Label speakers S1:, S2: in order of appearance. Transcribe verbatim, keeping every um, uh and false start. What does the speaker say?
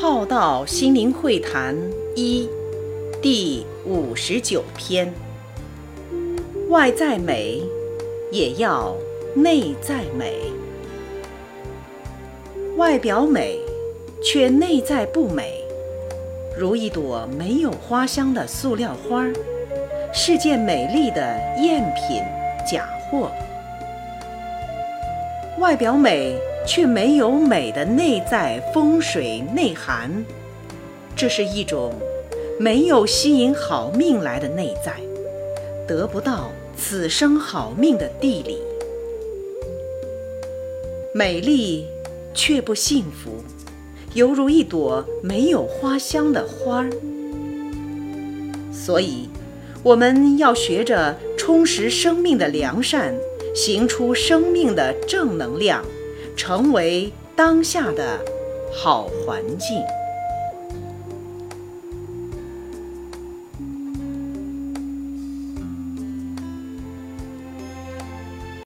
S1: 浩道心灵会谈一第五十九篇：外在美，也要内在美。外表美，却内在不美，如一朵没有花香的塑料花，是件美丽的赝品假货。外表美，却没有美的内在风水内涵，这是一种没有吸引好命来的内在，得不到此生好命的地理。美丽却不幸福，犹如一朵没有花香的花儿。所以我们要学着充实生命的良善，行出生命的正能量，成为当下的好环境。